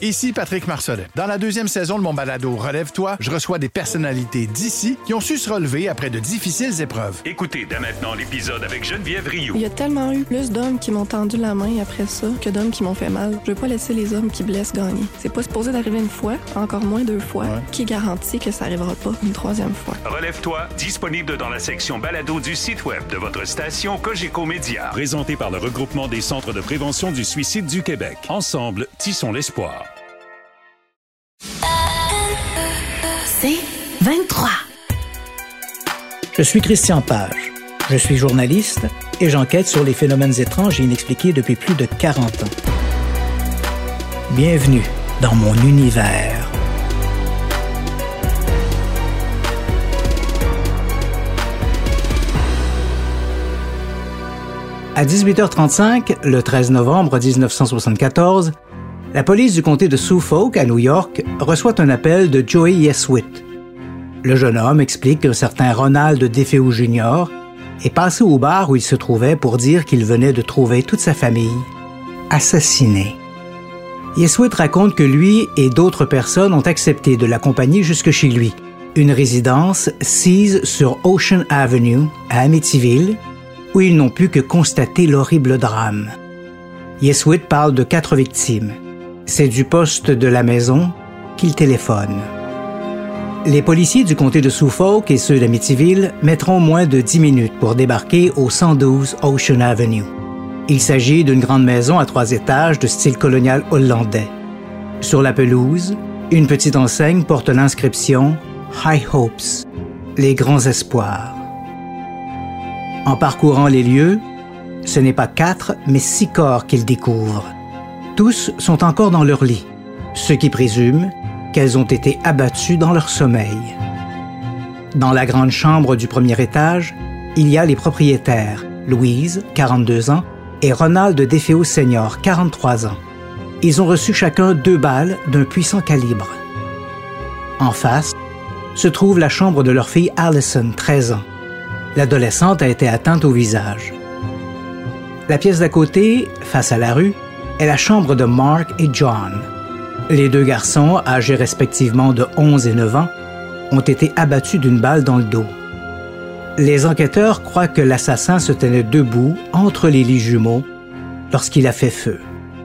Ici Patrick Marcelet. Dans la deuxième saison de mon balado Relève-toi, je reçois des personnalités d'ici qui ont su se relever après de difficiles épreuves. Écoutez dès maintenant l'épisode avec Geneviève Rioux. Il y a tellement eu plus d'hommes qui m'ont tendu la main après ça que d'hommes qui m'ont fait mal. Je veux pas laisser les hommes qui blessent gagner. C'est pas supposé d'arriver une fois, encore moins deux fois. Ouais. Qui garantit que ça arrivera pas une troisième fois? Relève-toi, disponible dans la section balado du site web de votre station Cogeco Média. Présenté par le regroupement des centres de prévention du suicide du Québec. Ensemble, tissons l'espoir. C'est 23. Je suis Christian Page. Je suis journaliste et j'enquête sur les phénomènes étranges et inexpliqués depuis plus de 40 ans. Bienvenue dans mon univers. À 18h35, le 13 novembre 1974, la police du comté de Suffolk, à New York, reçoit un appel de Joey Yeswit. Le jeune homme explique qu'un certain Ronald DeFeo Jr. est passé au bar où il se trouvait pour dire qu'il venait de trouver toute sa famille assassinée. Yeswit raconte que lui et d'autres personnes ont accepté de l'accompagner jusque chez lui, une résidence sise sur Ocean Avenue, à Amityville, où ils n'ont pu que constater l'horrible drame. Yeswit parle de 4 victimes. C'est du poste de la maison qu'il téléphone. Les policiers du comté de Suffolk et ceux d'Amityville mettront moins de 10 minutes pour débarquer au 112 Ocean Avenue. Il s'agit d'une grande maison à 3 étages de style colonial hollandais. Sur la pelouse, une petite enseigne porte l'inscription « High Hopes », les grands espoirs. En parcourant les lieux, ce n'est pas 4, mais 6 corps qu'ils découvrent. Tous sont encore dans leur lit, ce qui présume qu'elles ont été abattues dans leur sommeil. Dans la grande chambre du premier étage, il y a les propriétaires, Louise, 42 ans, et Ronald DeFeo Sr., 43 ans. Ils ont reçu chacun 2 balles d'un puissant calibre. En face, se trouve la chambre de leur fille Allison, 13 ans. L'adolescente a été atteinte au visage. La pièce d'à côté, face à la rue, est la chambre de Mark et John. Les 2 garçons, âgés respectivement de 11 et 9 ans, ont été abattus d'une balle dans le dos. Les enquêteurs croient que l'assassin se tenait debout entre les lits jumeaux lorsqu'il a fait feu.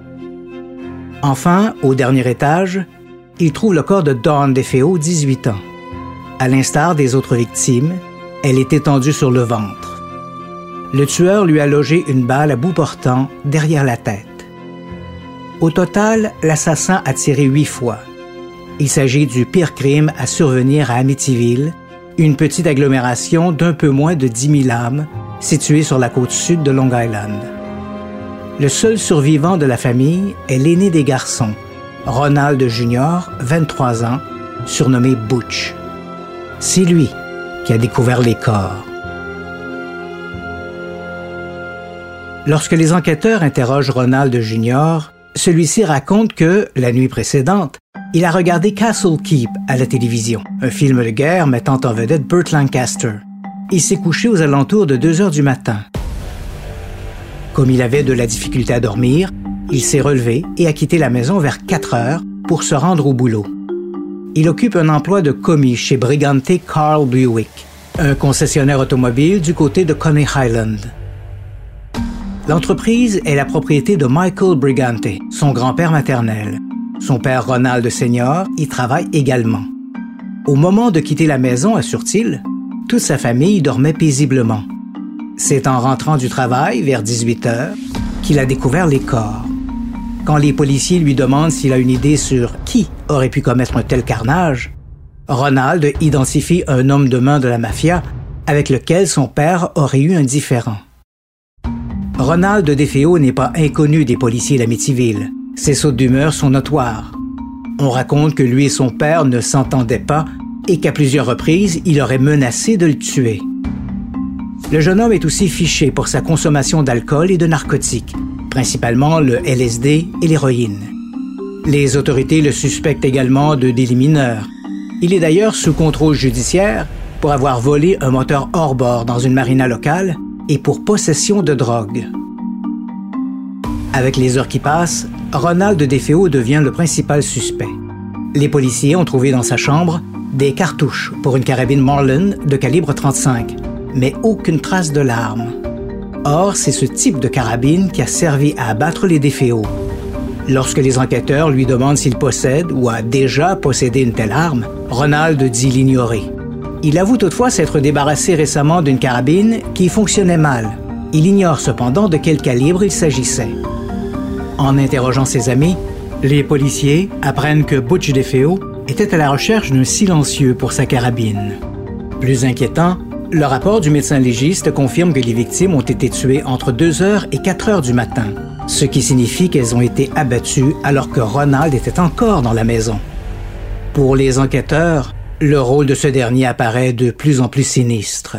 Enfin, au dernier étage, ils trouvent le corps de Dawn DeFeo, 18 ans. À l'instar des autres victimes, elle est étendue sur le ventre. Le tueur lui a logé une balle à bout portant derrière la tête. Au total, l'assassin a tiré 8 fois. Il s'agit du pire crime à survenir à Amityville, une petite agglomération d'un peu moins de 10 000 âmes située sur la côte sud de Long Island. Le seul survivant de la famille est l'aîné des garçons, Ronald Jr., 23 ans, surnommé Butch. C'est lui qui a découvert les corps. Lorsque les enquêteurs interrogent Ronald Jr., celui-ci raconte que, la nuit précédente, il a regardé Castle Keep à la télévision, un film de guerre mettant en vedette Burt Lancaster. Il s'est couché aux alentours de 2 heures du matin. Comme il avait de la difficulté à dormir, il s'est relevé et a quitté la maison vers 4 heures pour se rendre au boulot. Il occupe un emploi de commis chez Brigante Carl Buick, un concessionnaire automobile du côté de Coney Island. L'entreprise est la propriété de Michael Brigante, son grand-père maternel. Son père Ronald Sr. y travaille également. Au moment de quitter la maison, assure-t-il, toute sa famille dormait paisiblement. C'est en rentrant du travail, vers 18 heures, qu'il a découvert les corps. Quand les policiers lui demandent s'il a une idée sur qui aurait pu commettre un tel carnage, Ronald identifie un homme de main de la mafia avec lequel son père aurait eu un différend. Ronald DeFeo n'est pas inconnu des policiers d'Amityville. Ses sautes d'humeur sont notoires. On raconte que lui et son père ne s'entendaient pas et qu'à plusieurs reprises, il aurait menacé de le tuer. Le jeune homme est aussi fiché pour sa consommation d'alcool et de narcotiques, principalement le LSD et l'héroïne. Les autorités le suspectent également de délits mineurs. Il est d'ailleurs sous contrôle judiciaire pour avoir volé un moteur hors-bord dans une marina locale et pour possession de drogue. Avec les heures qui passent, Ronald DeFeo devient le principal suspect. Les policiers ont trouvé dans sa chambre des cartouches pour une carabine Marlin de calibre 35, mais aucune trace de l'arme. Or, c'est ce type de carabine qui a servi à abattre les DeFeo. Lorsque les enquêteurs lui demandent s'il possède ou a déjà possédé une telle arme, Ronald dit l'ignorer. Il avoue toutefois s'être débarrassé récemment d'une carabine qui fonctionnait mal. Il ignore cependant de quel calibre il s'agissait. En interrogeant ses amis, les policiers apprennent que Butch DeFeo était à la recherche d'un silencieux pour sa carabine. Plus inquiétant, le rapport du médecin légiste confirme que les victimes ont été tuées entre 2h et 4h du matin, ce qui signifie qu'elles ont été abattues alors que Ronald était encore dans la maison. Pour les enquêteurs, le rôle de ce dernier apparaît de plus en plus sinistre.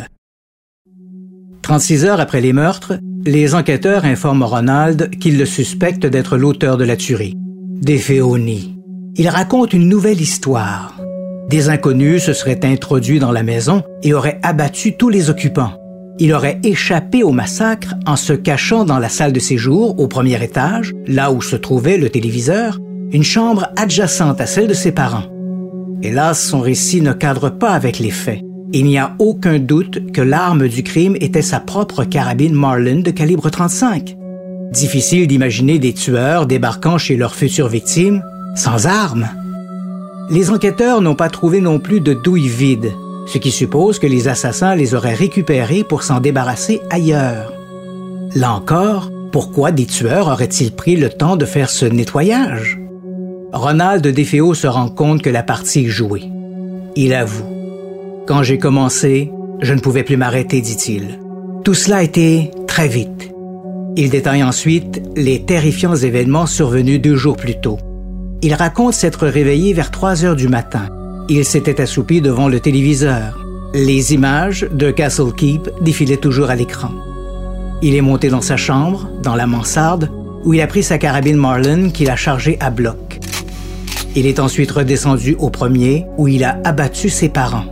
36 heures après les meurtres, les enquêteurs informent Ronald qu'ils le suspectent d'être l'auteur de la tuerie. DeFeo nie. Il raconte une nouvelle histoire. Des inconnus se seraient introduits dans la maison et auraient abattu tous les occupants. Il aurait échappé au massacre en se cachant dans la salle de séjour au premier étage, là où se trouvait le téléviseur, une chambre adjacente à celle de ses parents. Hélas, son récit ne cadre pas avec les faits. Il n'y a aucun doute que l'arme du crime était sa propre carabine Marlin de calibre 35. Difficile d'imaginer des tueurs débarquant chez leurs futures victimes sans armes. Les enquêteurs n'ont pas trouvé non plus de douille vide, ce qui suppose que les assassins les auraient récupérés pour s'en débarrasser ailleurs. Là encore, pourquoi des tueurs auraient-ils pris le temps de faire ce nettoyage? Ronald DeFeo se rend compte que la partie est jouée. Il avoue. « Quand j'ai commencé, je ne pouvais plus m'arrêter, dit-il. Tout cela a été très vite. » Il détaille ensuite les terrifiants événements survenus 2 jours plus tôt. Il raconte s'être réveillé vers 3 heures du matin. Il s'était assoupi devant le téléviseur. Les images de Castle Keep défilaient toujours à l'écran. Il est monté dans sa chambre, dans la mansarde, où il a pris sa carabine Marlin qu'il a chargée à bloc. Il est ensuite redescendu au premier, où il a abattu ses parents.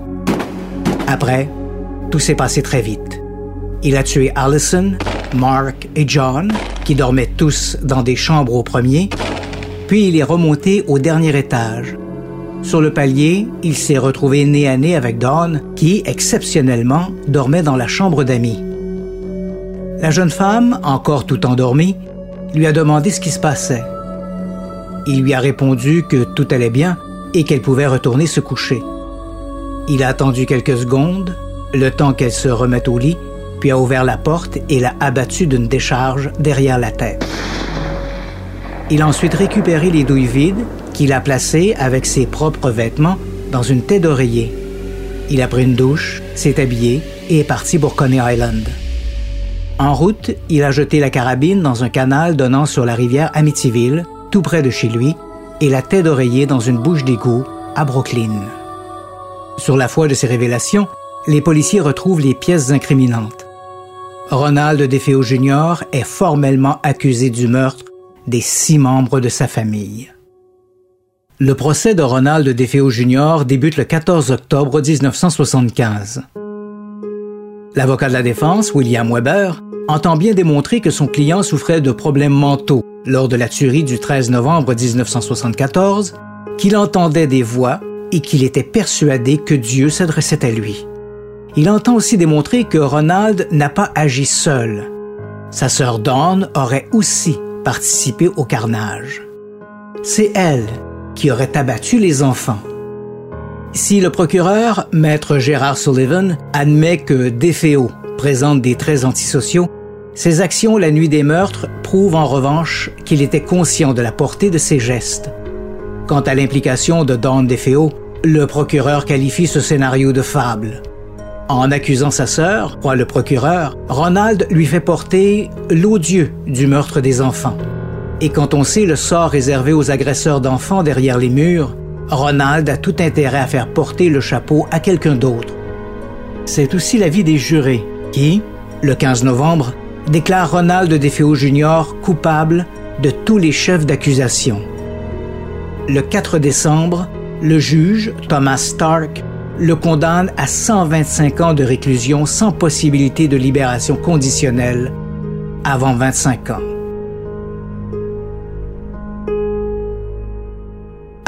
Après, tout s'est passé très vite. Il a tué Allison, Mark et John, qui dormaient tous dans des chambres au premier, puis il est remonté au dernier étage. Sur le palier, il s'est retrouvé nez à nez avec Dawn, qui, exceptionnellement, dormait dans la chambre d'amis. La jeune femme, encore tout endormie, lui a demandé ce qui se passait. Il lui a répondu que tout allait bien et qu'elle pouvait retourner se coucher. Il a attendu quelques secondes, le temps qu'elle se remette au lit, puis a ouvert la porte et l'a abattue d'une décharge derrière la tête. Il a ensuite récupéré les douilles vides qu'il a placées avec ses propres vêtements dans une tête d'oreiller. Il a pris une douche, s'est habillé et est parti pour Coney Island. En route, il a jeté la carabine dans un canal donnant sur la rivière Amityville, tout près de chez lui, et la tête d'oreiller dans une bouche d'égout à Brooklyn. Sur la foi de ces révélations, les policiers retrouvent les pièces incriminantes. Ronald DeFeo Jr. est formellement accusé du meurtre des 6 membres de sa famille. Le procès de Ronald DeFeo Jr. débute le 14 octobre 1975. L'avocat de la défense, William Weber, entend bien démontrer que son client souffrait de problèmes mentaux lors de la tuerie du 13 novembre 1974, qu'il entendait des voix et qu'il était persuadé que Dieu s'adressait à lui. Il entend aussi démontrer que Ronald n'a pas agi seul. Sa sœur Dawn aurait aussi participé au carnage. C'est elle qui aurait abattu les enfants. Si le procureur, maître Gérard Sullivan, admet que DeFeo présente des traits antisociaux, ses actions la nuit des meurtres prouvent en revanche qu'il était conscient de la portée de ses gestes. Quant à l'implication de Dawn DeFeo, le procureur qualifie ce scénario de fable. En accusant sa sœur, croit le procureur, Ronald lui fait porter l'odieux du meurtre des enfants. Et quand on sait le sort réservé aux agresseurs d'enfants derrière les murs, Ronald a tout intérêt à faire porter le chapeau à quelqu'un d'autre. C'est aussi l'avis des jurés qui, le 15 novembre, déclarent Ronald DeFeo Jr. coupable de tous les chefs d'accusation. Le 4 décembre, le juge, Thomas Stark, le condamne à 125 ans de réclusion sans possibilité de libération conditionnelle avant 25 ans.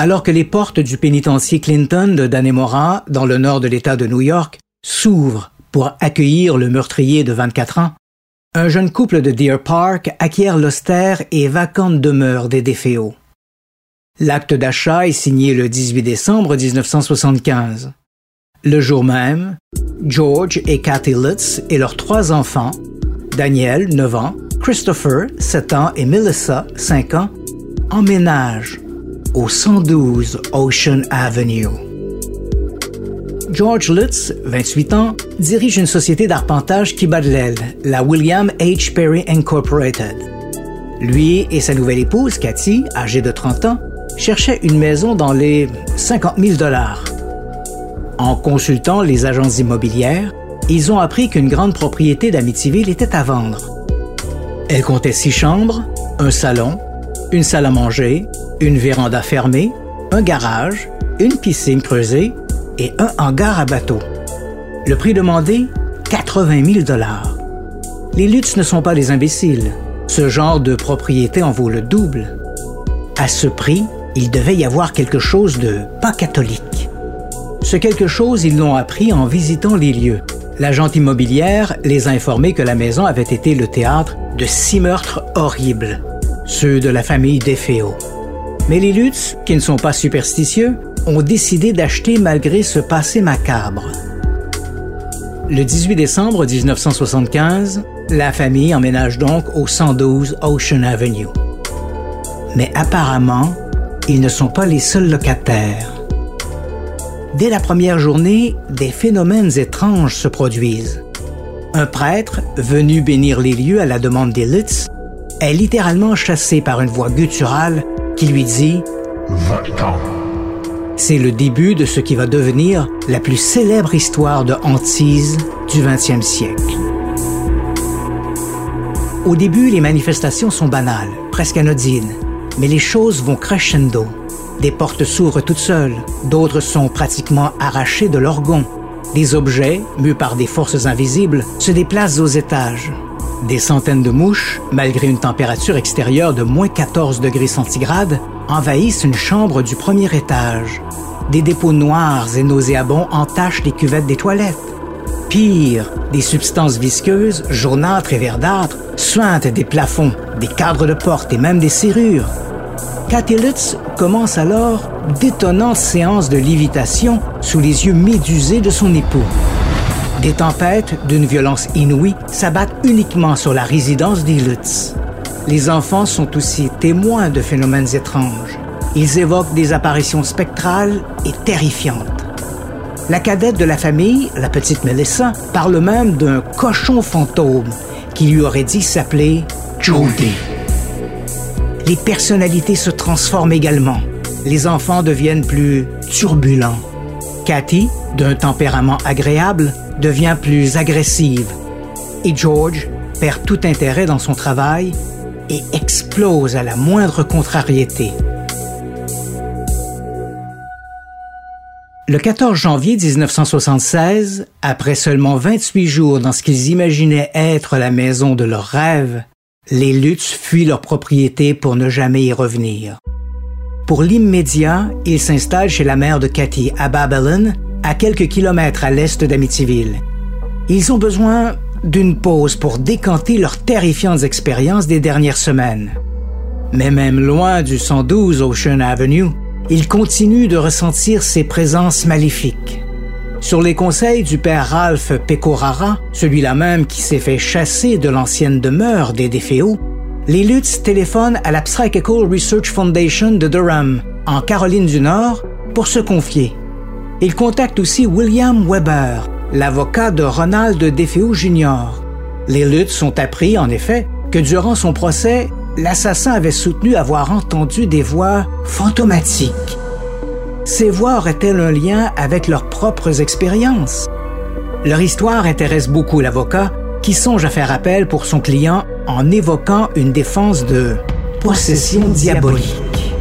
Alors que les portes du pénitencier Clinton de Dannemora, dans le nord de l'État de New York, s'ouvrent pour accueillir le meurtrier de 24 ans, un jeune couple de Deer Park acquiert l'austère et vacante demeure des DeFeo. L'acte d'achat est signé le 18 décembre 1975. Le jour même, George et Kathy Lutz et leurs 3 enfants, Daniel, 9 ans, Christopher, 7 ans et Melissa, 5 ans, emménagent au 112 Ocean Avenue. George Lutz, 28 ans, dirige une société d'arpentage qui bat de l'aile, la William H. Perry Incorporated. Lui et sa nouvelle épouse, Cathy, âgée de 30 ans, cherchaient une maison dans les 50 000 $. En consultant les agences immobilières, ils ont appris qu'une grande propriété d'Amityville était à vendre. Elle comptait 6 chambres, un salon, une salle à manger, une véranda fermée, un garage, une piscine creusée et un hangar à bateau. Le prix demandé, 80 000 $. Les Lutz ne sont pas des imbéciles. Ce genre de propriété en vaut le double. À ce prix, il devait y avoir quelque chose de pas catholique. Ce quelque chose, ils l'ont appris en visitant les lieux. L'agente immobilière les a informés que la maison avait été le théâtre de 6 meurtres horribles, ceux de la famille DeFeo. Mais les Lutz, qui ne sont pas superstitieux, ont décidé d'acheter malgré ce passé macabre. Le 18 décembre 1975, la famille emménage donc au 112 Ocean Avenue. Mais apparemment, ils ne sont pas les seuls locataires. Dès la première journée, des phénomènes étranges se produisent. Un prêtre, venu bénir les lieux à la demande des Lutz, est littéralement chassé par une voix gutturale qui lui dit « Va-t'en ». C'est le début de ce qui va devenir la plus célèbre histoire de hantise du 20e siècle. Au début, les manifestations sont banales, presque anodines, mais les choses vont crescendo. Des portes s'ouvrent toutes seules, d'autres sont pratiquement arrachées de leur gonds. Des objets, mus par des forces invisibles, se déplacent aux étages. Des centaines de mouches, malgré une température extérieure de moins 14 degrés centigrades, envahissent une chambre du premier étage. Des dépôts noirs et nauséabonds entachent les cuvettes des toilettes. Pire, des substances visqueuses, jaunâtres et verdâtres, suintent des plafonds, des cadres de porte et même des serrures. Kathy Lutz commence alors d'étonnantes séances de lévitation sous les yeux médusés de son époux. Des tempêtes d'une violence inouïe s'abattent uniquement sur la résidence des Lutz. Les enfants sont aussi témoins de phénomènes étranges. Ils évoquent des apparitions spectrales et terrifiantes. La cadette de la famille, la petite Melissa, parle même d'un cochon fantôme qui lui aurait dit s'appeler Jody. Les personnalités se transforment également. Les enfants deviennent plus turbulents. Kathy, d'un tempérament agréable, devient plus agressive. Et George perd tout intérêt dans son travail et explose à la moindre contrariété. Le 14 janvier 1976, après seulement 28 jours dans ce qu'ils imaginaient être la maison de leurs rêves, les Lutz fuient leur propriété pour ne jamais y revenir. Pour l'immédiat, ils s'installent chez la mère de Kathy à Babylon, à quelques kilomètres à l'est d'Amityville. Ils ont besoin d'une pause pour décanter leurs terrifiantes expériences des dernières semaines. Mais même loin du 112 Ocean Avenue, ils continuent de ressentir ces présences maléfiques. Sur les conseils du père Ralph Pecorara, celui-là même qui s'est fait chasser de l'ancienne demeure des DeFeo, les Lutz téléphonent à la Psychical Research Foundation de Durham, en Caroline du Nord, pour se confier. Ils contactent aussi William Weber, l'avocat de Ronald DeFeo Jr. Les Lutz ont appris, en effet, que durant son procès, l'assassin avait soutenu avoir entendu des voix fantomatiques. Ces voix auraient-elles un lien avec leurs propres expériences? Leur histoire intéresse beaucoup l'avocat, qui songe à faire appel pour son client en évoquant une défense de possession diabolique.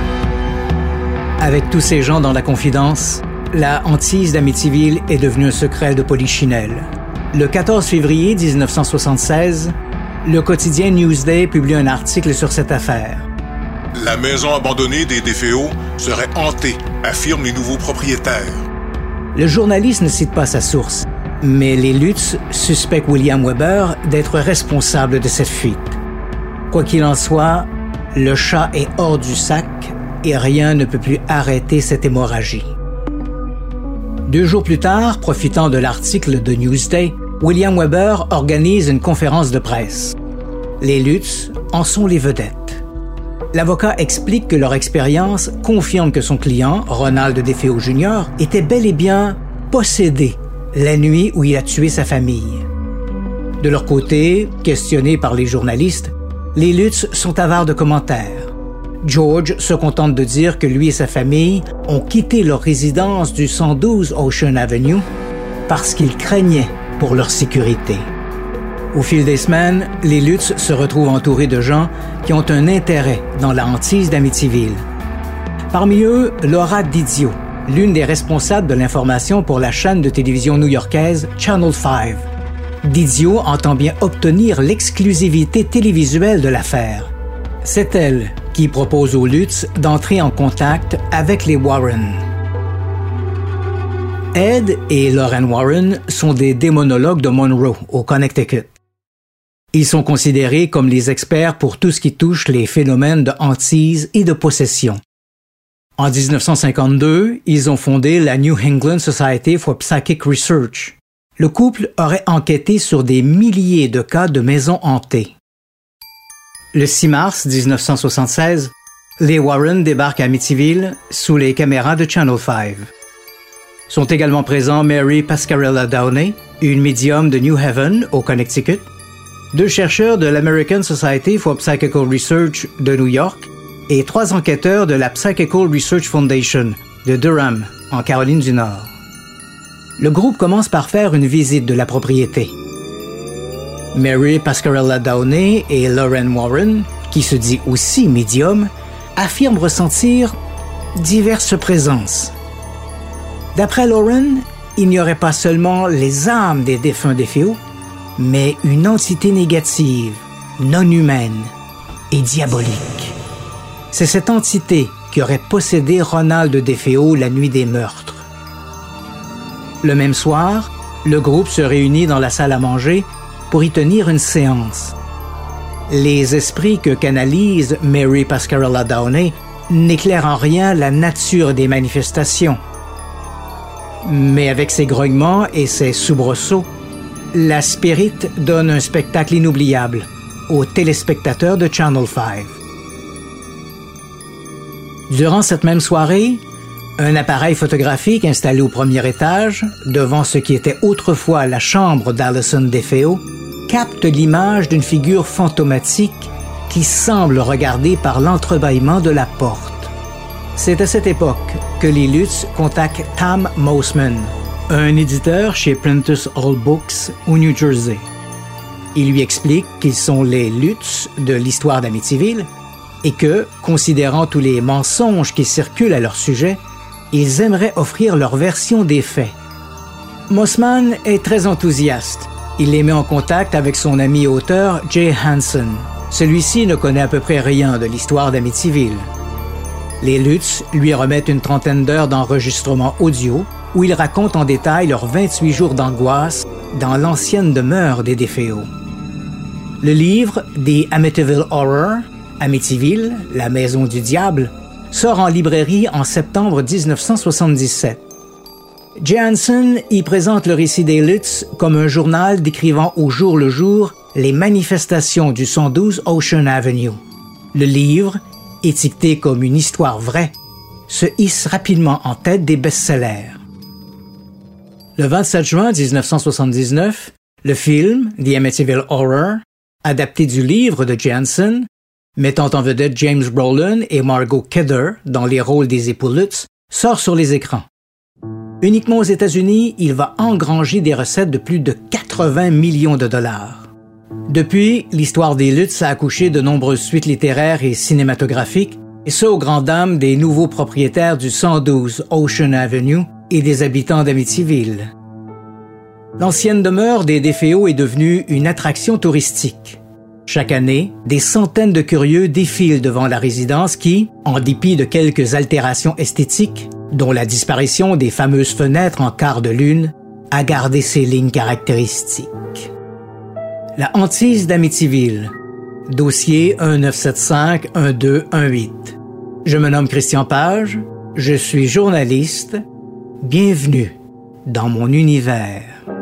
Avec tous ces gens dans la confidence, la hantise d'Amityville est devenue un secret de polichinelle. Le 14 février 1976, le quotidien Newsday publie un article sur cette affaire. La maison abandonnée des DeFeo serait hantée, affirment les nouveaux propriétaires. Le journaliste ne cite pas sa source, mais les Lutz suspectent William Weber d'être responsable de cette fuite. Quoi qu'il en soit, le chat est hors du sac et rien ne peut plus arrêter cette hémorragie. 2 jours plus tard, profitant de l'article de Newsday, William Weber organise une conférence de presse. Les Lutz en sont les vedettes. L'avocat explique que leur expérience confirme que son client, Ronald DeFeo Jr., était bel et bien possédé la nuit où il a tué sa famille. De leur côté, questionnés par les journalistes, les Lutz sont avares de commentaires. George se contente de dire que lui et sa famille ont quitté leur résidence du 112 Ocean Avenue parce qu'ils craignaient pour leur sécurité. Au fil des semaines, les Lutz se retrouvent entourés de gens qui ont un intérêt dans la hantise d'Amityville. Parmi eux, Laura Dizio, l'une des responsables de l'information pour la chaîne de télévision new-yorkaise Channel 5. Dizio entend bien obtenir l'exclusivité télévisuelle de l'affaire. C'est elle qui propose aux Lutz d'entrer en contact avec les Warren. Ed et Lauren Warren sont des démonologues de Monroe, au Connecticut. Ils sont considérés comme les experts pour tout ce qui touche les phénomènes de hantise et de possession. En 1952, ils ont fondé la New England Society for Psychic Research. Le couple aurait enquêté sur des milliers de cas de maisons hantées. Le 6 mars 1976, les Warren débarquent à Amityville sous les caméras de Channel 5. Sont également présents Mary Pascarella Downey, une médium de New Haven, au Connecticut, 2 chercheurs de l'American Society for Psychical Research de New York et 3 enquêteurs de la Psychical Research Foundation de Durham, en Caroline du Nord. Le groupe commence par faire une visite de la propriété. Mary Pascarella Downey et Lauren Warren, qui se dit aussi médium, affirment ressentir diverses présences. D'après Lauren, il n'y aurait pas seulement les âmes des défunts DeFeo, mais une entité négative, non humaine et diabolique. C'est cette entité qui aurait possédé Ronald DeFeo la nuit des meurtres. Le même soir, le groupe se réunit dans la salle à manger pour y tenir une séance. Les esprits que canalise Mary Pascarella Downey n'éclairent en rien la nature des manifestations. Mais avec ses grognements et ses soubresauts, la Spirit donne un spectacle inoubliable aux téléspectateurs de Channel 5. Durant cette même soirée, un appareil photographique installé au premier étage, devant ce qui était autrefois la chambre d'Alison DeFeo, capte l'image d'une figure fantomatique qui semble regarder par l'entrebâillement de la porte. C'est à cette époque que les Lutz contactent Tam Mosman, un éditeur chez Prentice Hall Books au New Jersey. Il lui explique qu'ils sont les Lutz de l'histoire d'Amityville et que, considérant tous les mensonges qui circulent à leur sujet, ils aimeraient offrir leur version des faits. Mosman est très enthousiaste. Il les met en contact avec son ami auteur Jay Hansen. Celui-ci ne connaît à peu près rien de l'histoire d'Amityville. Les Lutz lui remettent une trentaine d'heures d'enregistrement audio où ils racontent en détail leurs 28 jours d'angoisse dans l'ancienne demeure des DeFeo. Le livre The Amityville Horror, Amityville, la maison du diable, sort en librairie en septembre 1977. Jay Hansen y présente le récit des Lutz comme un journal décrivant au jour le jour les manifestations du 112 Ocean Avenue. Le livre, étiqueté comme une histoire vraie, se hisse rapidement en tête des best-sellers. Le 27 juin 1979, le film The Amityville Horror, adapté du livre de Jay Hansen, mettant en vedette James Brolin et Margot Kidder dans les rôles des époux Lutz, sort sur les écrans. Uniquement aux États-Unis, il va engranger des recettes de plus de 80 millions de dollars. Depuis, l'histoire des Lutz a accouché de nombreuses suites littéraires et cinématographiques, et ce aux grandes dames des nouveaux propriétaires du 112 Ocean Avenue et des habitants d'Amityville. L'ancienne demeure des DeFeo est devenue une attraction touristique. Chaque année, des centaines de curieux défilent devant la résidence qui, en dépit de quelques altérations esthétiques, dont la disparition des fameuses fenêtres en quart de lune, a gardé ses lignes caractéristiques. La hantise d'Amityville. Dossier 1975-1218. Je me nomme Christian Page, je suis journaliste. Bienvenue dans mon univers.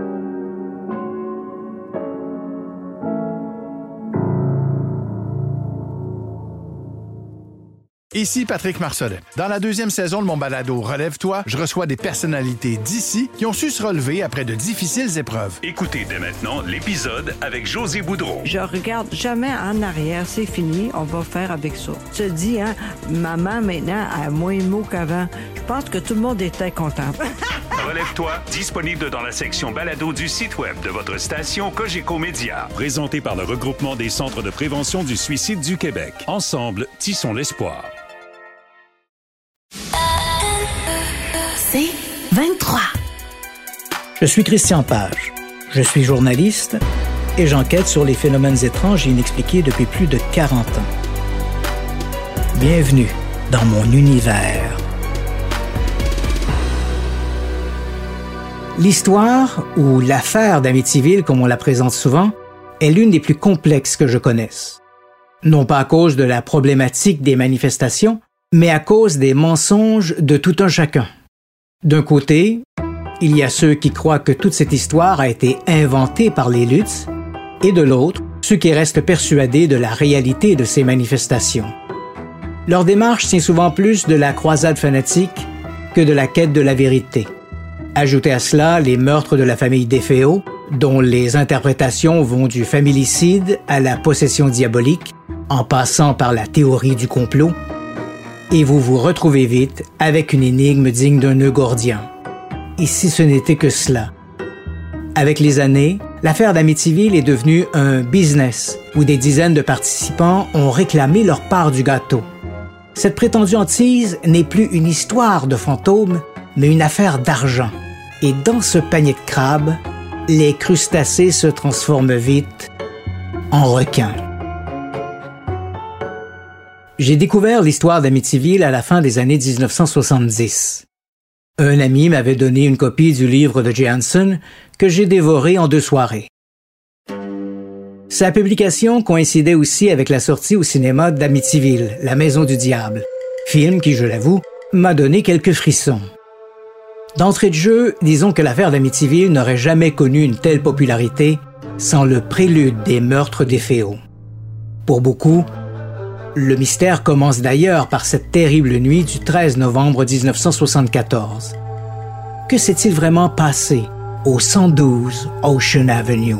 Ici Patrick Marcelet. Dans la deuxième saison de mon balado Relève-toi, je reçois des personnalités d'ici qui ont su se relever après de difficiles épreuves. Écoutez dès maintenant l'épisode avec José Boudreau. Je regarde jamais en arrière, c'est fini, on va faire avec ça. Tu te dis, hein, maman maintenant a moins de mots qu'avant. Je pense que tout le monde était content. Relève-toi, disponible dans la section balado du site web de votre station Cogeco Média. Présenté par le regroupement des centres de prévention du suicide du Québec. Ensemble, tissons l'espoir. C'est 23. Je suis Christian Page. Je suis journaliste et j'enquête sur les phénomènes étranges et inexpliqués depuis plus de 40 ans. Bienvenue dans mon univers. L'histoire, ou l'affaire d'Amityville, comme on la présente souvent, est l'une des plus complexes que je connaisse. Non pas à cause de la problématique des manifestations, mais à cause des mensonges de tout un chacun. D'un côté, il y a ceux qui croient que toute cette histoire a été inventée par les Lutz, et de l'autre, ceux qui restent persuadés de la réalité de ces manifestations. Leur démarche tient souvent plus de la croisade fanatique que de la quête de la vérité. Ajoutez à cela les meurtres de la famille DeFeo, dont les interprétations vont du familicide à la possession diabolique, en passant par la théorie du complot, et vous vous retrouvez vite avec une énigme digne d'un nœud gordien. Et si ce n'était que cela? Avec les années, l'affaire d'Amityville est devenue un business où des dizaines de participants ont réclamé leur part du gâteau. Cette prétendue hantise n'est plus une histoire de fantômes, mais une affaire d'argent. Et dans ce panier de crabes, les crustacés se transforment vite en requins. J'ai découvert l'histoire d'Amityville à la fin des années 1970. Un ami m'avait donné une copie du livre de Jay Hansen que j'ai dévoré en 2 soirées. Sa publication coïncidait aussi avec la sortie au cinéma d'Amityville, La Maison du Diable, film qui, je l'avoue, m'a donné quelques frissons. D'entrée de jeu, disons que l'affaire d'Amityville n'aurait jamais connu une telle popularité sans le prélude des meurtres DeFeo. Pour beaucoup, le mystère commence d'ailleurs par cette terrible nuit du 13 novembre 1974. Que s'est-il vraiment passé au 112 Ocean Avenue?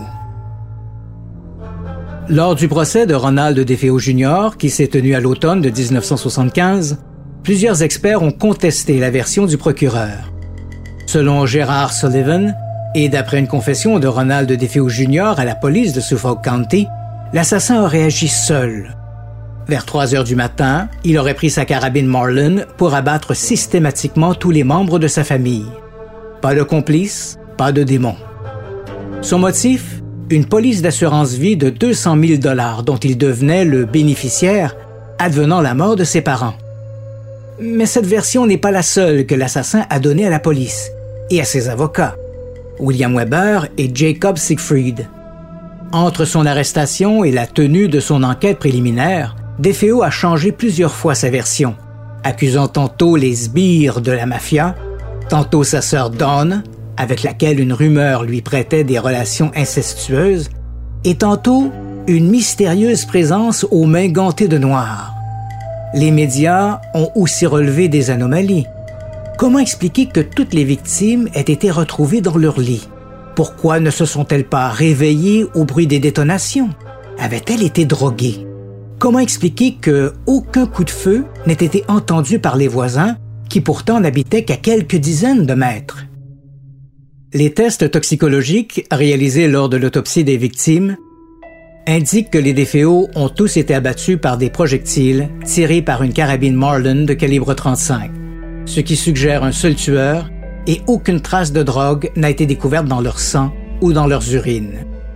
Lors du procès de Ronald DeFeo Jr., qui s'est tenu à l'automne de 1975, plusieurs experts ont contesté la version du procureur. Selon Gérard Sullivan, et d'après une confession de Ronald DeFeo Jr. à la police de Suffolk County, l'assassin aurait agi seul. Vers 3 heures du matin, il aurait pris sa carabine Marlin pour abattre systématiquement tous les membres de sa famille. Pas de complice, pas de démon. Son motif? Une police d'assurance-vie de 200 000 $ dont il devenait le bénéficiaire, advenant la mort de ses parents. Mais cette version n'est pas la seule que l'assassin a donnée à la police et à ses avocats, William Weber et Jacob Siegfried. Entre son arrestation et la tenue de son enquête préliminaire, DeFeo a changé plusieurs fois sa version, accusant tantôt les sbires de la mafia, tantôt sa sœur Dawn, avec laquelle une rumeur lui prêtait des relations incestueuses, et tantôt une mystérieuse présence aux mains gantées de noir. Les médias ont aussi relevé des anomalies. Comment expliquer que toutes les victimes aient été retrouvées dans leur lit? Pourquoi ne se sont-elles pas réveillées au bruit des détonations? Avaient-elles été droguées? Comment expliquer qu'aucun coup de feu n'ait été entendu par les voisins qui pourtant n'habitaient qu'à quelques dizaines de mètres? Les tests toxicologiques réalisés lors de l'autopsie des victimes indiquent que les DeFeo ont tous été abattus par des projectiles tirés par une carabine Marlin de calibre 35, ce qui suggère un seul tueur et aucune trace de drogue n'a été découverte dans leur sang ou dans leurs urines.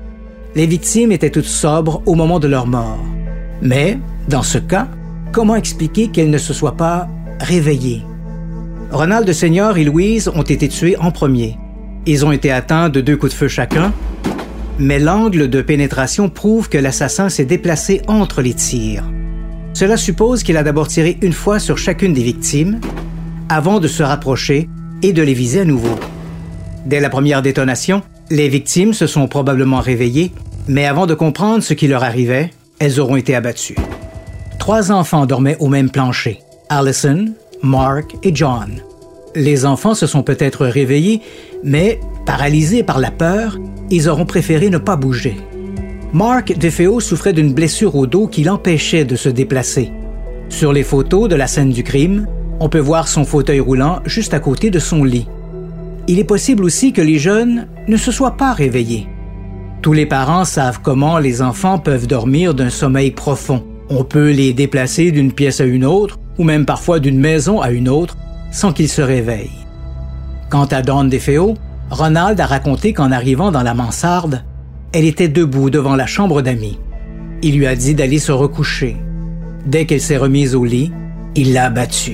Les victimes étaient toutes sobres au moment de leur mort. Mais, dans ce cas, comment expliquer qu'elles ne se soient pas réveillées? Ronald Senior et Louise ont été tués en premier. Ils ont été atteints de 2 coups de feu chacun, mais l'angle de pénétration prouve que l'assassin s'est déplacé entre les tirs. Cela suppose qu'il a d'abord tiré une fois sur chacune des victimes, avant de se rapprocher et de les viser à nouveau. Dès la première détonation, les victimes se sont probablement réveillées, mais avant de comprendre ce qui leur arrivait, elles auront été abattues. 3 enfants dormaient au même plancher, Allison, Mark et John. Les enfants se sont peut-être réveillés, mais, paralysés par la peur, ils auront préféré ne pas bouger. Mark DeFeo souffrait d'une blessure au dos qui l'empêchait de se déplacer. Sur les photos de la scène du crime, on peut voir son fauteuil roulant juste à côté de son lit. Il est possible aussi que les jeunes ne se soient pas réveillés. Tous les parents savent comment les enfants peuvent dormir d'un sommeil profond. On peut les déplacer d'une pièce à une autre, ou même parfois d'une maison à une autre, sans qu'ils se réveillent. Quant à Dawn DeFeo, Ronald a raconté qu'en arrivant dans la mansarde, elle était debout devant la chambre d'amis. Il lui a dit d'aller se recoucher. Dès qu'elle s'est remise au lit, il l'a battue.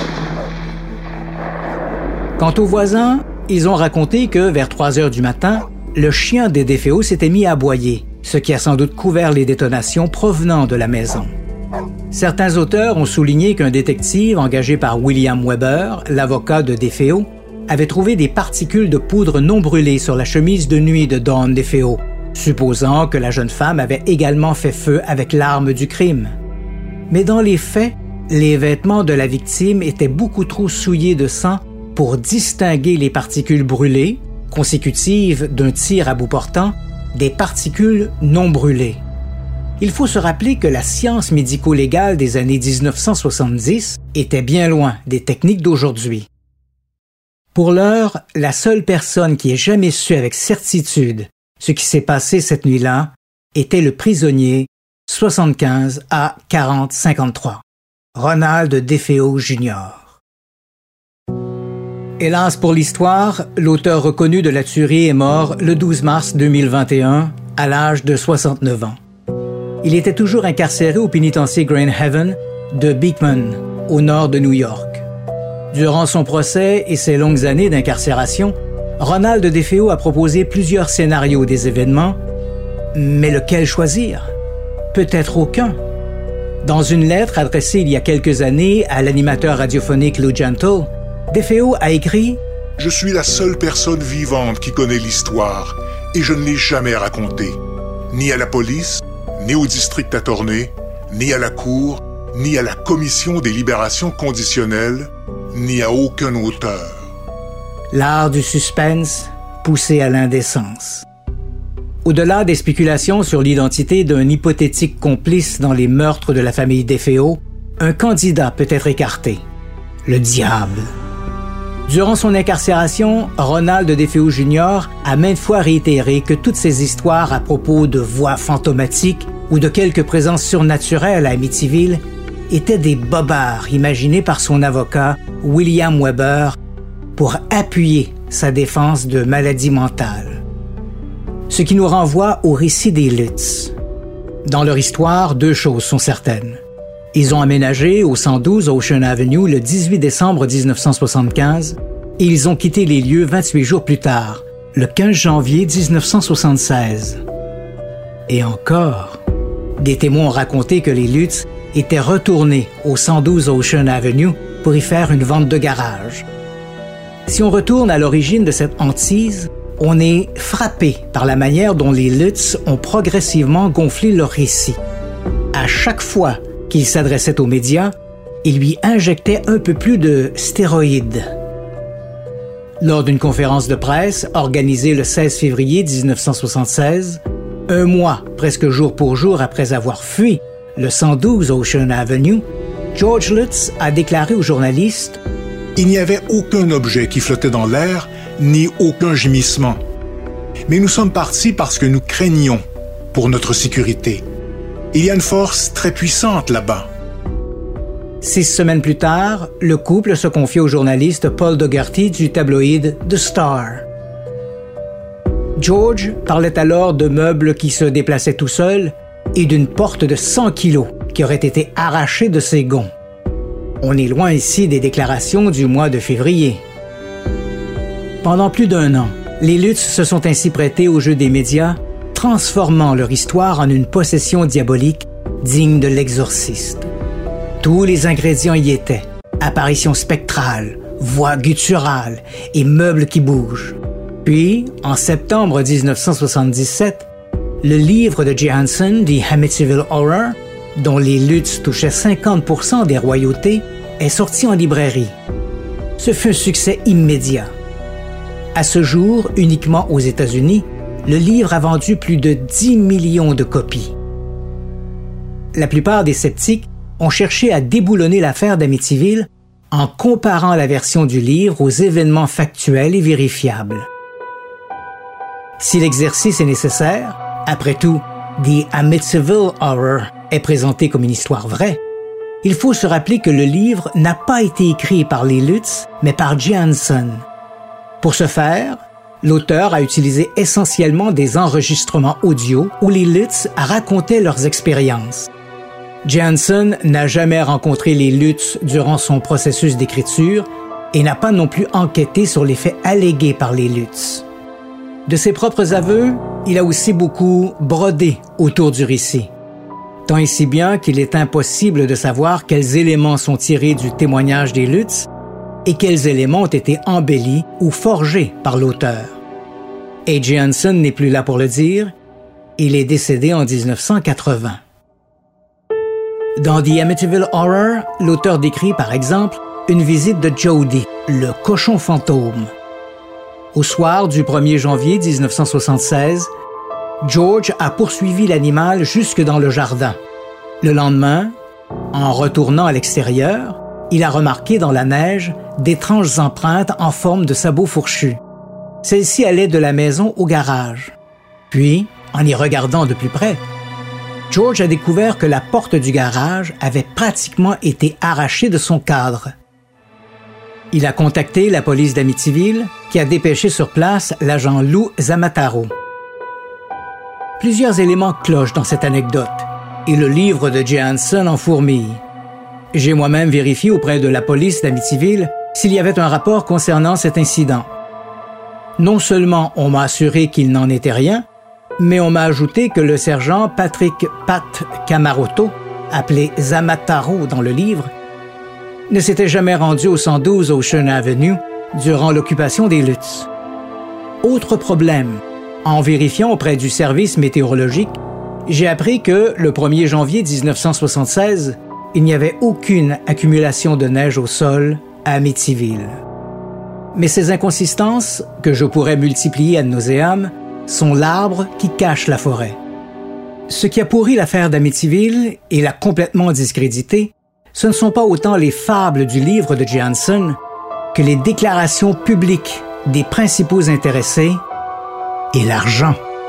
Quant aux voisins, ils ont raconté que, vers 3 heures du matin, le chien des DeFeo s'était mis à aboyer, ce qui a sans doute couvert les détonations provenant de la maison. Certains auteurs ont souligné qu'un détective engagé par William Weber, l'avocat de DeFeo, avait trouvé des particules de poudre non brûlée sur la chemise de nuit de Dawn DeFeo, supposant que la jeune femme avait également fait feu avec l'arme du crime. Mais dans les faits, les vêtements de la victime étaient beaucoup trop souillés de sang pour distinguer les particules brûlées, consécutives d'un tir à bout portant, des particules non brûlées. Il faut se rappeler que la science médico-légale des années 1970 était bien loin des techniques d'aujourd'hui. Pour l'heure, la seule personne qui ait jamais su avec certitude ce qui s'est passé cette nuit-là était le prisonnier 75 à 40-53, Ronald DeFeo Jr. Hélas pour l'histoire, l'auteur reconnu de la tuerie est mort le 12 mars 2021 à l'âge de 69 ans. Il était toujours incarcéré au pénitencier Grand Haven de Beekman, au nord de New York. Durant son procès et ses longues années d'incarcération, Ronald DeFeo a proposé plusieurs scénarios des événements, mais lequel choisir? Peut-être aucun. Dans une lettre adressée il y a quelques années à l'animateur radiophonique Lou Gentle, DeFeo a écrit « Je suis la seule personne vivante qui connaît l'histoire et je ne l'ai jamais racontée, ni à la police, ni au district attorney, ni à la cour, ni à la commission des libérations conditionnelles, ni à aucun auteur. » L'art du suspense poussé à l'indécence. Au-delà des spéculations sur l'identité d'un hypothétique complice dans les meurtres de la famille DeFeo, un candidat peut être écarté. Le diable. Durant son incarcération, Ronald DeFeo Jr. a maintes fois réitéré que toutes ces histoires à propos de voix fantomatiques ou de quelques présences surnaturelles à Amityville étaient des bobards imaginés par son avocat William Weber pour appuyer sa défense de maladie mentale. Ce qui nous renvoie au récit des Lutz. Dans leur histoire, 2 choses sont certaines. Ils ont emménagé au 112 Ocean Avenue le 18 décembre 1975 et ils ont quitté les lieux 28 jours plus tard, le 15 janvier 1976. Et encore, des témoins ont raconté que les Lutz étaient retournés au 112 Ocean Avenue pour y faire une vente de garage. Si on retourne à l'origine de cette hantise, on est frappé par la manière dont les Lutz ont progressivement gonflé leur récit. À chaque fois qu'il s'adressait aux médias, il lui injectait un peu plus de stéroïdes. Lors d'une conférence de presse organisée le 16 février 1976, un mois presque jour pour jour après avoir fui le 112 Ocean Avenue, George Lutz a déclaré aux journalistes « Il n'y avait aucun objet qui flottait dans l'air, ni aucun gémissement. Mais nous sommes partis parce que nous craignions pour notre sécurité. Il y a une force très puissante là-bas. » 6 semaines plus tard, le couple se confiait au journaliste Paul Dougherty du tabloïd The Star. George parlait alors de meubles qui se déplaçaient tout seuls et d'une porte de 100 kilos qui aurait été arrachée de ses gonds. On est loin ici des déclarations du mois de février. Pendant plus d'1 an, les Lutz se sont ainsi prêtés au jeu des médias, transformant leur histoire en une possession diabolique digne de l'exorciste. Tous les ingrédients y étaient. Apparitions spectrales, voix gutturales et meubles qui bougent. Puis, en septembre 1977, le livre de Jay Hansen, The Amityville Horror, dont les Lutz touchaient 50% des royautés, est sorti en librairie. Ce fut un succès immédiat. À ce jour, uniquement aux États-Unis, le livre a vendu plus de 10 millions de copies. La plupart des sceptiques ont cherché à déboulonner l'affaire d'Amityville en comparant la version du livre aux événements factuels et vérifiables. Si l'exercice est nécessaire, après tout, The Amityville Horror est présenté comme une histoire vraie, il faut se rappeler que le livre n'a pas été écrit par les Lutz, mais par Jay Hansen. Pour ce faire, l'auteur a utilisé essentiellement des enregistrements audio où les Lutz racontaient leurs expériences. Jay Hansen n'a jamais rencontré les Lutz durant son processus d'écriture et n'a pas non plus enquêté sur les faits allégués par les Lutz. De ses propres aveux, il a aussi beaucoup brodé autour du récit. Tant et si bien qu'il est impossible de savoir quels éléments sont tirés du témoignage des Lutz et quels éléments ont été embellis ou forgés par l'auteur. Et Jay Hansen n'est plus là pour le dire, il est décédé en 1980. Dans The Amityville Horror, l'auteur décrit, par exemple, une visite de Jody, le cochon fantôme. Au soir du 1er janvier 1976, George a poursuivi l'animal jusque dans le jardin. Le lendemain, en retournant à l'extérieur, il a remarqué dans la neige d'étranges empreintes en forme de sabots fourchus. Celles-ci allaient de la maison au garage. Puis, en y regardant de plus près, George a découvert que la porte du garage avait pratiquement été arrachée de son cadre. Il a contacté la police d'Amityville, qui a dépêché sur place l'agent Lou Zamataro. Plusieurs éléments clochent dans cette anecdote, et le livre de Jay Hansen en fourmille. J'ai moi-même vérifié auprès de la police d'Amityville s'il y avait un rapport concernant cet incident. Non seulement on m'a assuré qu'il n'en était rien, mais on m'a ajouté que le sergent Patrick Pat Camarotto, appelé Zamataro dans le livre, ne s'était jamais rendu au 112 Ocean Avenue durant l'occupation des Lutz. Autre problème, en vérifiant auprès du service météorologique, j'ai appris que le 1er janvier 1976, il n'y avait aucune accumulation de neige au sol à Amityville. Mais ces inconsistances, que je pourrais multiplier ad nauseam, sont l'arbre qui cache la forêt. Ce qui a pourri l'affaire d'Amityville et l'a complètement discrédité, ce ne sont pas autant les fables du livre de Jay Hansen que les déclarations publiques des principaux intéressés et l'argent.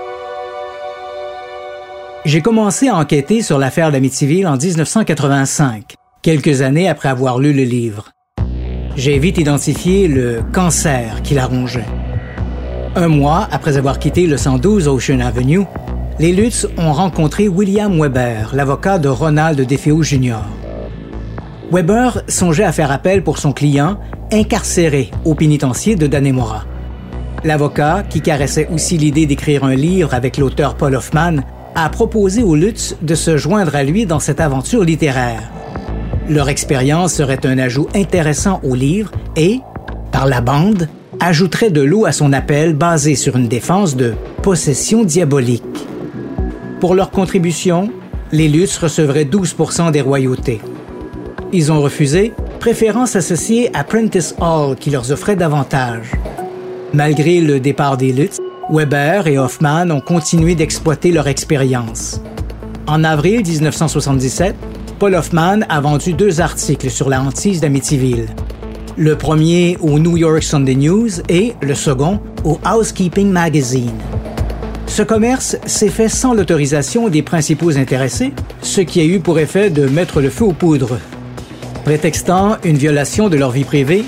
J'ai commencé à enquêter sur l'affaire d'Amityville en 1985, quelques années après avoir lu le livre. J'ai vite identifié le cancer qui la rongeait. 1 mois après avoir quitté le 112 Ocean Avenue, les Lutz ont rencontré William Weber, l'avocat de Ronald DeFeo Jr. Weber songeait à faire appel pour son client, incarcéré au pénitencier de Dannemora. L'avocat, qui caressait aussi l'idée d'écrire un livre avec l'auteur Paul Hoffman, a proposé aux Lutz de se joindre à lui dans cette aventure littéraire. Leur expérience serait un ajout intéressant au livre et, par la bande, ajouterait de l'eau à son appel basé sur une défense de possession diabolique. Pour leur contribution, les Lutz recevraient 12% des royautés. Ils ont refusé, préférant s'associer à Prentice Hall qui leur offrait davantage. Malgré le départ des Lutz, Weber et Hoffman ont continué d'exploiter leur expérience. En avril 1977, Paul Hoffman a vendu 2 articles sur la hantise d'Amityville. Le premier au New York Sunday News et le second au Housekeeping Magazine. Ce commerce s'est fait sans l'autorisation des principaux intéressés, ce qui a eu pour effet de mettre le feu aux poudres. Prétextant une violation de leur vie privée,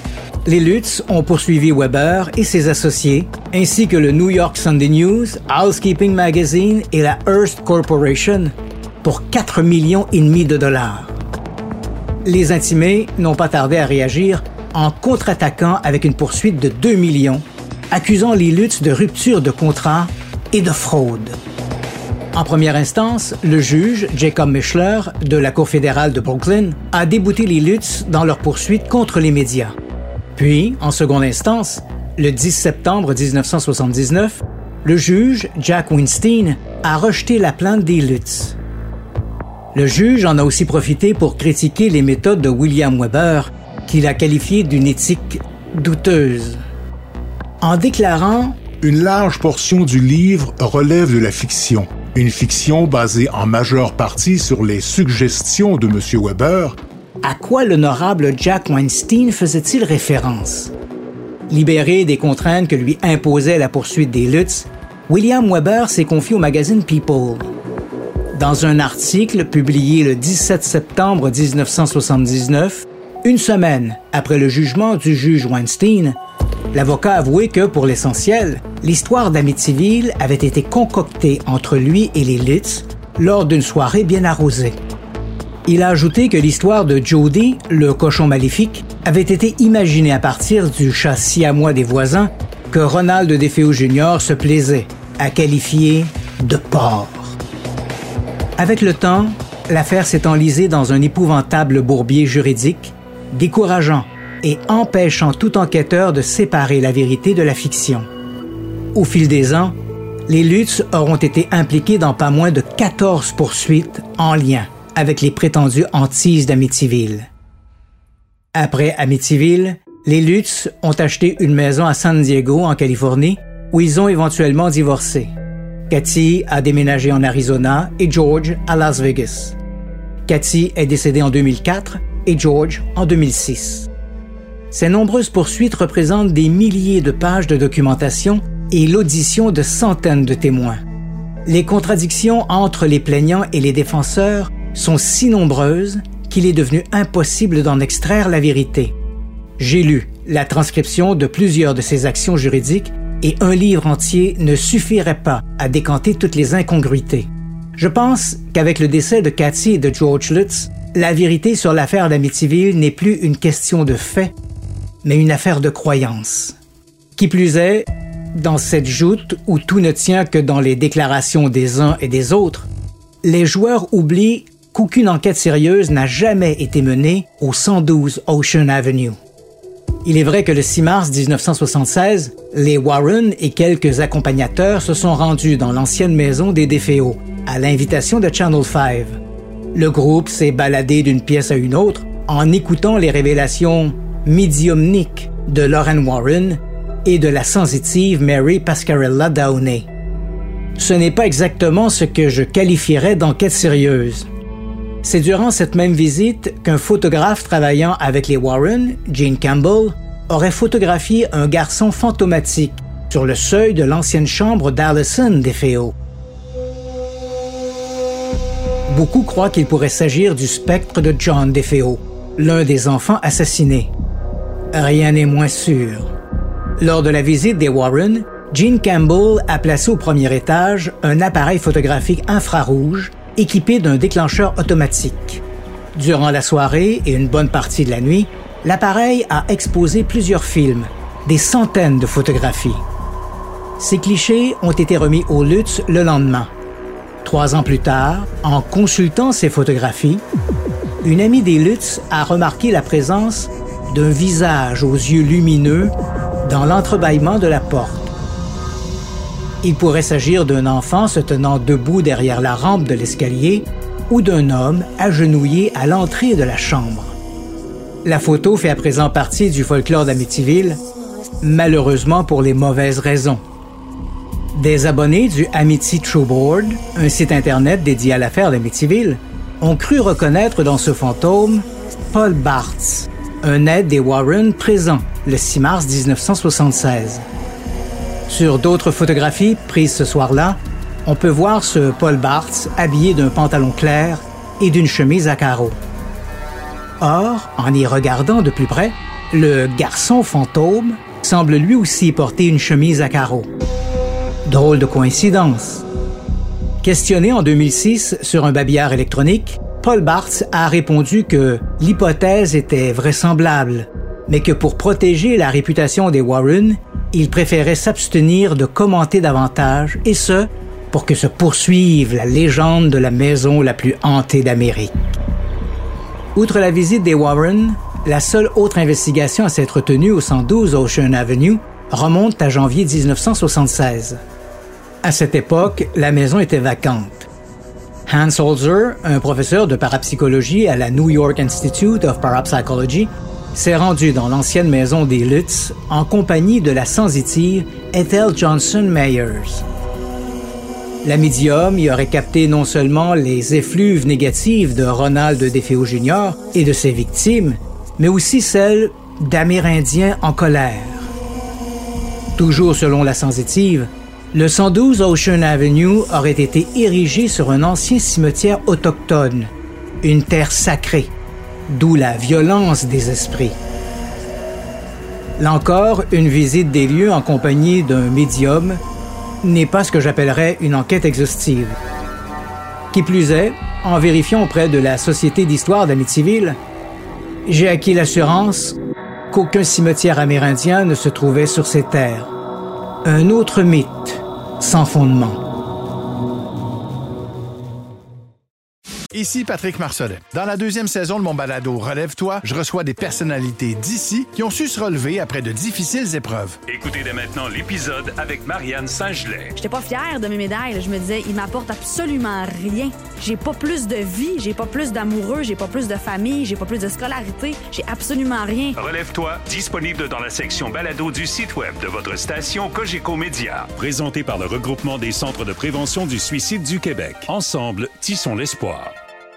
Les Lutz ont poursuivi Weber et ses associés, ainsi que le New York Sunday News, Housekeeping Magazine et la Hearst Corporation, pour 4,5 millions de dollars. Les intimés n'ont pas tardé à réagir en contre-attaquant avec une poursuite de 2 millions, accusant les Lutz de rupture de contrat et de fraude. En première instance, le juge Jacob Mischler de la Cour fédérale de Brooklyn a débouté les Lutz dans leur poursuite contre les médias. Puis, en seconde instance, le 10 septembre 1979, le juge Jack Weinstein a rejeté la plainte des Lutz. Le juge en a aussi profité pour critiquer les méthodes de William Weber, qu'il a qualifiées d'une éthique douteuse. En déclarant « Une large portion du livre relève de la fiction. Une fiction basée en majeure partie sur les suggestions de M. Weber. » À quoi l'honorable Jack Weinstein faisait-il référence? Libéré des contraintes que lui imposait la poursuite des Lutz, William Weber s'est confié au magazine People. Dans un article publié le 17 septembre 1979, une semaine après le jugement du juge Weinstein, l'avocat a avoué que, pour l'essentiel, l'histoire d'Amityville avait été concoctée entre lui et les Lutz lors d'une soirée bien arrosée. Il a ajouté que l'histoire de Jody, le cochon maléfique, avait été imaginée à partir du chat siamois des voisins que Ronald DeFeo Jr. se plaisait à qualifier de porc. Avec le temps, l'affaire s'est enlisée dans un épouvantable bourbier juridique, décourageant et empêchant tout enquêteur de séparer la vérité de la fiction. Au fil des ans, les Lutz auront été impliqués dans pas moins de 14 poursuites en lien avec les prétendues hantises d'Amityville. Après Amityville, les Lutz ont acheté une maison à San Diego, en Californie, où ils ont éventuellement divorcé. Cathy a déménagé en Arizona et George à Las Vegas. Cathy est décédée en 2004 et George en 2006. Ces nombreuses poursuites représentent des milliers de pages de documentation et l'audition de centaines de témoins. Les contradictions entre les plaignants et les défenseurs sont si nombreuses qu'il est devenu impossible d'en extraire la vérité. J'ai lu la transcription de plusieurs de ces actions juridiques et un livre entier ne suffirait pas à décanter toutes les incongruités. Je pense qu'avec le décès de Cathy et de George Lutz, la vérité sur l'affaire d'Amityville n'est plus une question de fait, mais une affaire de croyance. Qui plus est, dans cette joute où tout ne tient que dans les déclarations des uns et des autres, les joueurs oublient qu'aucune enquête sérieuse n'a jamais été menée au 112 Ocean Avenue. Il est vrai que le 6 mars 1976, les Warren et quelques accompagnateurs se sont rendus dans l'ancienne maison des DeFeo, à l'invitation de Channel 5. Le groupe s'est baladé d'une pièce à une autre en écoutant les révélations médiumniques de Lorraine Warren et de la sensitive Mary Pascarella Downey. Ce n'est pas exactement ce que je qualifierais d'enquête sérieuse. C'est durant cette même visite qu'un photographe travaillant avec les Warren, Gene Campbell, aurait photographié un garçon fantomatique sur le seuil de l'ancienne chambre d'Allison DeFeo. Beaucoup croient qu'il pourrait s'agir du spectre de John DeFeo, l'un des enfants assassinés. Rien n'est moins sûr. Lors de la visite des Warren, Gene Campbell a placé au premier étage un appareil photographique infrarouge équipé d'un déclencheur automatique. Durant la soirée et une bonne partie de la nuit, l'appareil a exposé plusieurs films, des centaines de photographies. Ces clichés ont été remis aux Lutz le lendemain. 3 ans plus tard, en consultant ces photographies, une amie des Lutz a remarqué la présence d'un visage aux yeux lumineux dans l'entrebâillement de la porte. Il pourrait s'agir d'un enfant se tenant debout derrière la rampe de l'escalier ou d'un homme agenouillé à l'entrée de la chambre. La photo fait à présent partie du folklore d'Amityville, malheureusement pour les mauvaises raisons. Des abonnés du Amity True Board, un site internet dédié à l'affaire d'Amityville, ont cru reconnaître dans ce fantôme Paul Bartz, un aide des Warren présent le 6 mars 1976. Sur d'autres photographies prises ce soir-là, on peut voir ce Paul Bartz habillé d'un pantalon clair et d'une chemise à carreaux. Or, en y regardant de plus près, le garçon fantôme semble lui aussi porter une chemise à carreaux. Drôle de coïncidence. Questionné en 2006 sur un babillard électronique, Paul Barthes a répondu que l'hypothèse était vraisemblable, mais que pour protéger la réputation des Warren, il préférait s'abstenir de commenter davantage, et ce, pour que se poursuive la légende de la maison la plus hantée d'Amérique. Outre la visite des Warren, la seule autre investigation à s'être tenue au 112 Ocean Avenue remonte à janvier 1976. À cette époque, la maison était vacante. Hans Holzer, un professeur de parapsychologie à la New York Institute of Parapsychology, s'est rendu dans l'ancienne maison des Lutz en compagnie de la sensitive Ethel Johnson Mayers. La médium y aurait capté non seulement les effluves négatives de Ronald DeFeo Jr. et de ses victimes, mais aussi celles d'Amérindiens en colère. Toujours selon la sensitive, le 112 Ocean Avenue aurait été érigé sur un ancien cimetière autochtone, une terre sacrée, d'où la violence des esprits. Là encore, une visite des lieux en compagnie d'un médium n'est pas ce que j'appellerais une enquête exhaustive. Qui plus est, en vérifiant auprès de la Société d'histoire d'Amityville, j'ai acquis l'assurance qu'aucun cimetière amérindien ne se trouvait sur ces terres. Un autre mythe, sans fondement. Ici Patrick Marcelet. Dans la deuxième saison de mon balado Relève-toi, je reçois des personnalités d'ici qui ont su se relever après de difficiles épreuves. Écoutez dès maintenant l'épisode avec Marianne Saint-Gelais. J'étais pas fière de mes médailles. Je me disais, ils m'apportent absolument rien. J'ai pas plus de vie, j'ai pas plus d'amoureux, j'ai pas plus de famille, j'ai pas plus de scolarité. J'ai absolument rien. Relève-toi, disponible dans la section balado du site web de votre station Cogeco Média. Présenté par le regroupement des centres de prévention du suicide du Québec. Ensemble, tissons l'espoir.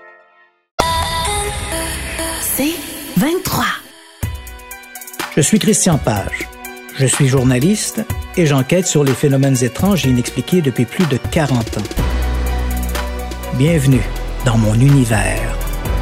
C'est 23. Je suis Christian Page. Je suis journaliste et j'enquête sur les phénomènes étranges et inexpliqués depuis plus de 40 ans. Bienvenue dans mon univers.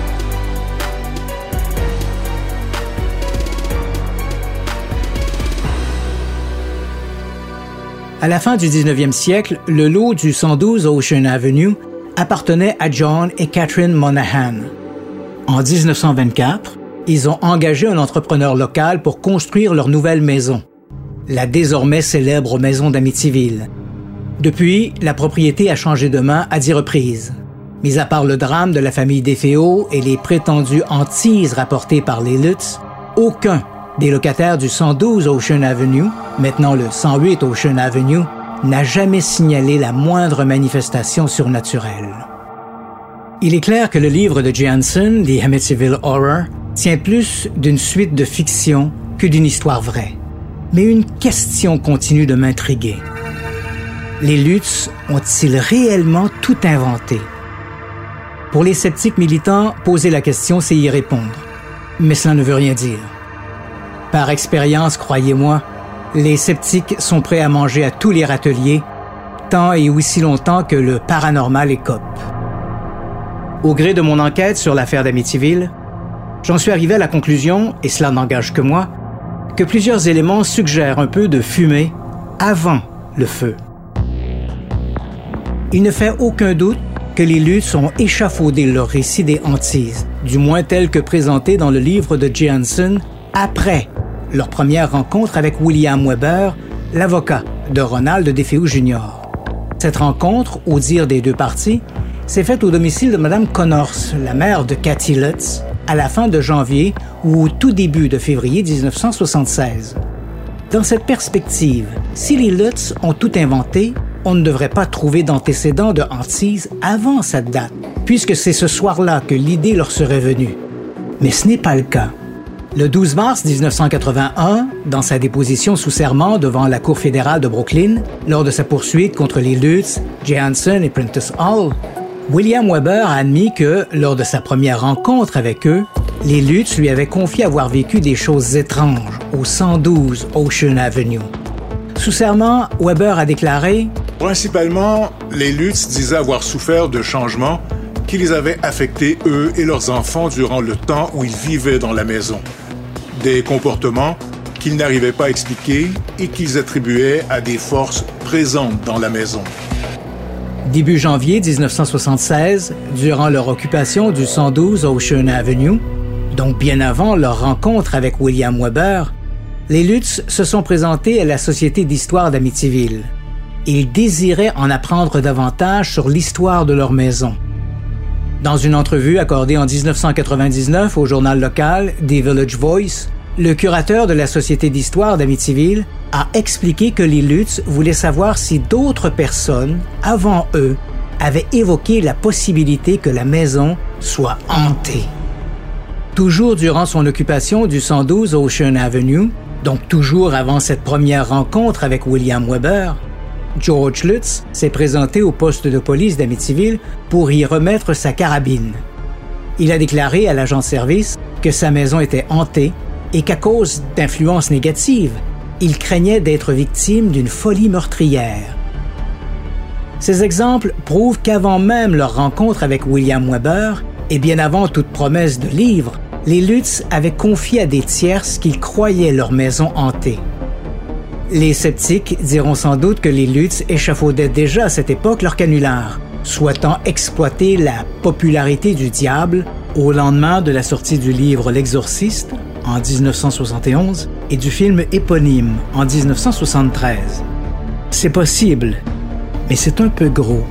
À la fin du 19e siècle, le lot du 112 Ocean Avenue appartenait à John et Catherine Monahan. En 1924, ils ont engagé un entrepreneur local pour construire leur nouvelle maison, la désormais célèbre maison d'Amityville. Depuis, la propriété a changé de main à 10 reprises. Mis à part le drame de la famille DeFeo et les prétendues hantises rapportées par les Lutz, aucun des locataires du 112 Ocean Avenue, maintenant le 108 Ocean Avenue, n'a jamais signalé la moindre manifestation surnaturelle. Il est clair que le livre de Jansen, The Amityville Horror, tient plus d'une suite de fiction que d'une histoire vraie. Mais une question continue de m'intriguer. Les Lutz ont-ils réellement tout inventé? Pour les sceptiques militants, poser la question, c'est y répondre. Mais cela ne veut rien dire. Par expérience, croyez-moi, les sceptiques sont prêts à manger à tous les râteliers, tant et aussi longtemps que le paranormal écope. Au gré de mon enquête sur l'affaire d'Amityville, j'en suis arrivé à la conclusion, et cela n'engage que moi, que plusieurs éléments suggèrent un peu de fumée avant le feu. Il ne fait aucun doute que les Lutz ont échafaudé leur récit des hantises, du moins tel que présenté dans le livre de Jansen, après leur première rencontre avec William Weber, l'avocat de Ronald DeFeo Jr. Cette rencontre, au dire des deux parties, s'est faite au domicile de Mme Connors, la mère de Kathy Lutz, à la fin de janvier ou au tout début de février 1976. Dans cette perspective, si les Lutz ont tout inventé, on ne devrait pas trouver d'antécédents de hantise avant cette date, puisque c'est ce soir-là que l'idée leur serait venue. Mais ce n'est pas le cas. Le 12 mars 1981, dans sa déposition sous serment devant la Cour fédérale de Brooklyn, lors de sa poursuite contre les Lutz, Jansen et Prentice Hall, William Weber a admis que, lors de sa première rencontre avec eux, les Lutz lui avaient confié avoir vécu des choses étranges au 112 Ocean Avenue. Sous serment, Weber a déclaré « Principalement, les Lutz disaient avoir souffert de changements qui les avaient affectés, eux et leurs enfants, durant le temps où ils vivaient dans la maison. Des comportements qu'ils n'arrivaient pas à expliquer et qu'ils attribuaient à des forces présentes dans la maison. Début janvier 1976, durant leur occupation du 112 Ocean Avenue, donc bien avant leur rencontre avec William Weber, les Lutz se sont présentés à la Société d'histoire d'Amityville. Ils désiraient en apprendre davantage sur l'histoire de leur maison. Dans une entrevue accordée en 1999 au journal local The Village Voice, le curateur de la Société d'histoire d'Amityville a expliqué que les Lutz voulaient savoir si d'autres personnes, avant eux, avaient évoqué la possibilité que la maison soit hantée. Toujours durant son occupation du 112 Ocean Avenue, donc toujours avant cette première rencontre avec William Weber, George Lutz s'est présenté au poste de police d'Amityville pour y remettre sa carabine. Il a déclaré à l'agent de service que sa maison était hantée et qu'à cause d'influences négatives, il craignait d'être victime d'une folie meurtrière. Ces exemples prouvent qu'avant même leur rencontre avec William Weber, et bien avant toute promesse de livre, les Lutz avaient confié à des tierces qu'ils croyaient leur maison hantée. Les sceptiques diront sans doute que les Lutz échafaudaient déjà à cette époque leur canular, souhaitant exploiter la popularité du diable au lendemain de la sortie du livre L'Exorciste en 1971 et du film éponyme en 1973. C'est possible, mais c'est un peu gros.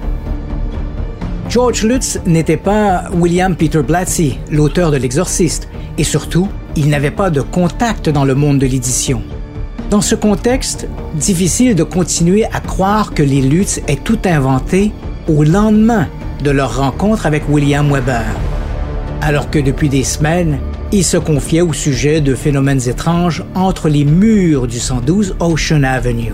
George Lutz n'était pas William Peter Blatty, l'auteur de L'Exorciste, et surtout, il n'avait pas de contact dans le monde de l'édition. Dans ce contexte, difficile de continuer à croire que les Lutz aient tout inventé au lendemain de leur rencontre avec William Weber, alors que depuis des semaines, ils se confiaient au sujet de phénomènes étranges entre les murs du 112 Ocean Avenue.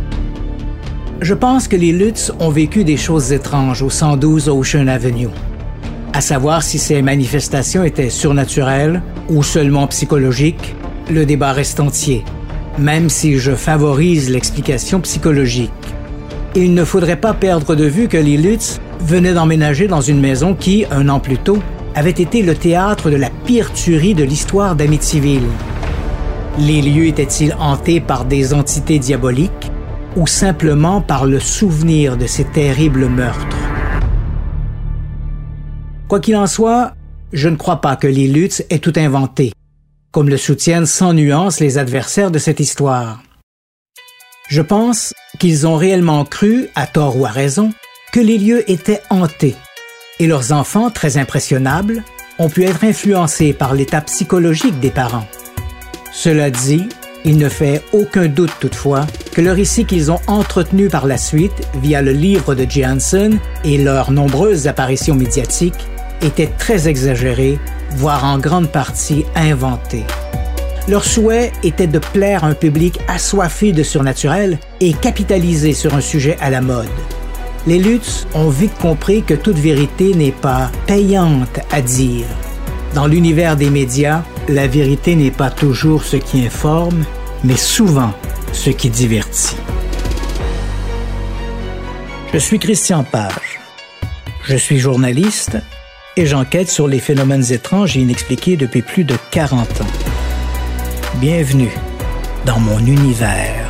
Je pense que les Lutz ont vécu des choses étranges au 112 Ocean Avenue. À savoir si ces manifestations étaient surnaturelles ou seulement psychologiques, le débat reste entier, même si je favorise l'explication psychologique. Il ne faudrait pas perdre de vue que les Lutz venaient d'emménager dans une maison qui, un an plus tôt, avait été le théâtre de la pire tuerie de l'histoire d'Amityville. Les lieux étaient-ils hantés par des entités diaboliques ou simplement par le souvenir de ces terribles meurtres? Quoi qu'il en soit, je ne crois pas que les Lutz aient tout inventé, comme le soutiennent sans nuance les adversaires de cette histoire. Je pense qu'ils ont réellement cru, à tort ou à raison, que les lieux étaient hantés, et leurs enfants, très impressionnables, ont pu être influencés par l'état psychologique des parents. Cela dit, il ne fait aucun doute toutefois que le récit qu'ils ont entretenu par la suite via le livre de Jansen et leurs nombreuses apparitions médiatiques était très exagéré, voire en grande partie inventé. Leur souhait était de plaire à un public assoiffé de surnaturel et capitaliser sur un sujet à la mode. Les Lutz ont vite compris que toute vérité n'est pas payante à dire. Dans l'univers des médias, la vérité n'est pas toujours ce qui informe, mais souvent ce qui divertit. Je suis Christian Page. Je suis journaliste et j'enquête sur les phénomènes étranges et inexpliqués depuis plus de 40 ans. Bienvenue dans mon univers.